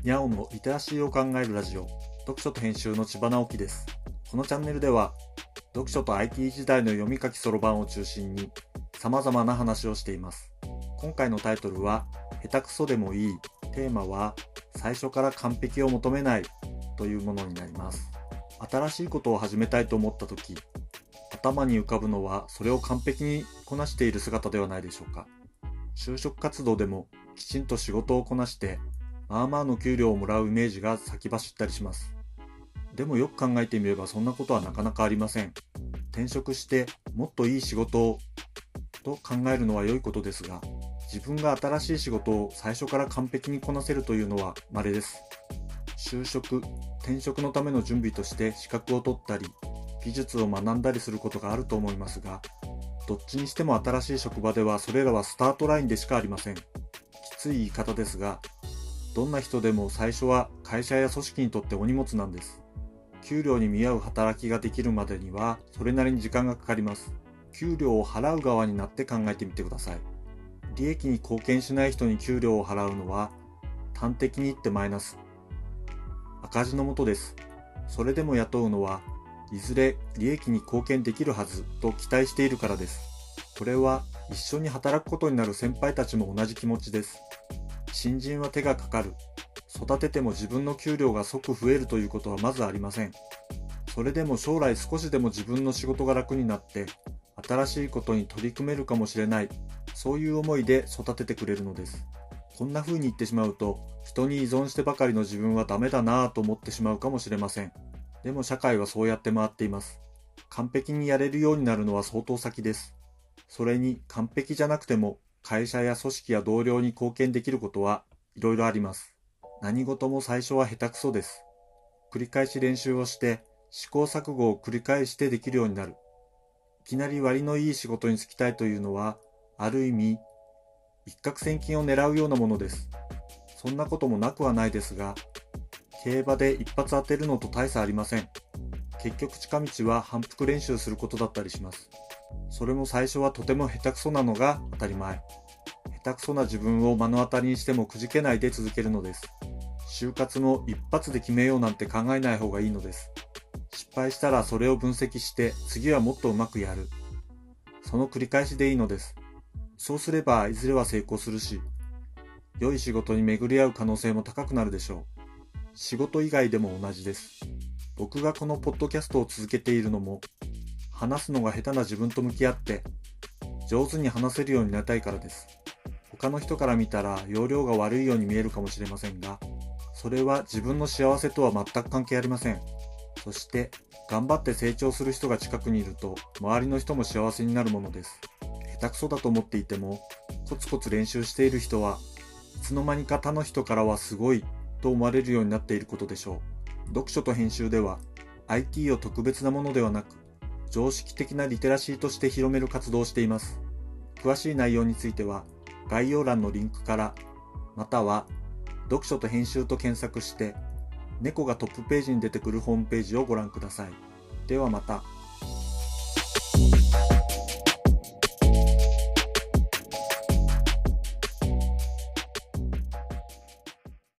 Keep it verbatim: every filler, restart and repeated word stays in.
にゃおのリテラシーを考えるラジオ、読書と編集の千葉直樹です。このチャンネルでは、読書と アイティー 時代の読み書きそろばんを中心に様々な話をしています。今回のタイトルは、下手くそでもいい。テーマは、最初から完璧を求めないというものになります。新しいことを始めたいと思ったとき、頭に浮かぶのはそれを完璧にこなしている姿ではないでしょうか。就職活動でもきちんと仕事をこなして、まあまあの給料をもらうイメージが先走ったりします。でもよく考えてみればそんなことはなかなかありません。転職してもっといい仕事をと考えるのは良いことですが、自分が新しい仕事を最初から完璧にこなせるというのは稀です。就職、転職のための準備として資格を取ったり、技術を学んだりすることがあると思いますが、どっちにしても新しい職場ではそれらはスタートラインでしかありません。きつい言い方ですが、どんな人でも最初は会社や組織にとってお荷物なんです。給料に見合う働きができるまでにはそれなりに時間がかかります。給料を払う側になって考えてみてください。利益に貢献しない人に給料を払うのは端的に言ってマイナス。赤字のもとです。それでも雇うのはいずれ利益に貢献できるはずと期待しているからです。これは一緒に働くことになる先輩たちも同じ気持ちです。新人は手がかかる。育てても自分の給料が即増えるということはまずありません。それでも将来少しでも自分の仕事が楽になって新しいことに取り組めるかもしれない、そういう思いで育ててくれるのです。こんな風に言ってしまうと人に依存してばかりの自分はダメだなぁと思ってしまうかもしれません。でも社会はそうやって回っています。完璧にやれるようになるのは相当先です。それに完璧じゃなくても会社や組織や同僚に貢献できることはいろいろあります。何事も最初は下手くそです。繰り返し練習をして試行錯誤を繰り返してできるようになる。いきなり割のいい仕事に就きたいというのはある意味一攫千金を狙うようなものです。そんなこともなくはないですが、競馬で一発当てるのと大差ありません。結局近道は反復練習することだったりします。それも最初はとても下手くそなのが当たり前。下手くそな自分を目の当たりにしてもくじけないで続けるのです。就活も一発で決めようなんて考えない方がいいのです。失敗したらそれを分析して次はもっとうまくやる。その繰り返しでいいのです。そうすればいずれは成功するし、良い仕事に巡り合う可能性も高くなるでしょう。仕事以外でも同じです。僕がこのポッドキャストを続けているのも、話すのが下手な自分と向き合って、上手に話せるようになりたいからです。他の人から見たら容量が悪いように見えるかもしれませんが、それは自分の幸せとは全く関係ありません。そして、頑張って成長する人が近くにいると、周りの人も幸せになるものです。下手くそだと思っていても、コツコツ練習している人は、いつの間にか他の人からはすごいと思われるようになっていることでしょう。読書と編集では アイティー を特別なものではなく常識的なリテラシーとして広める活動をしています。詳しい内容については概要欄のリンクから、または読書と編集と検索して猫がトップページに出てくるホームページをご覧ください。ではまた。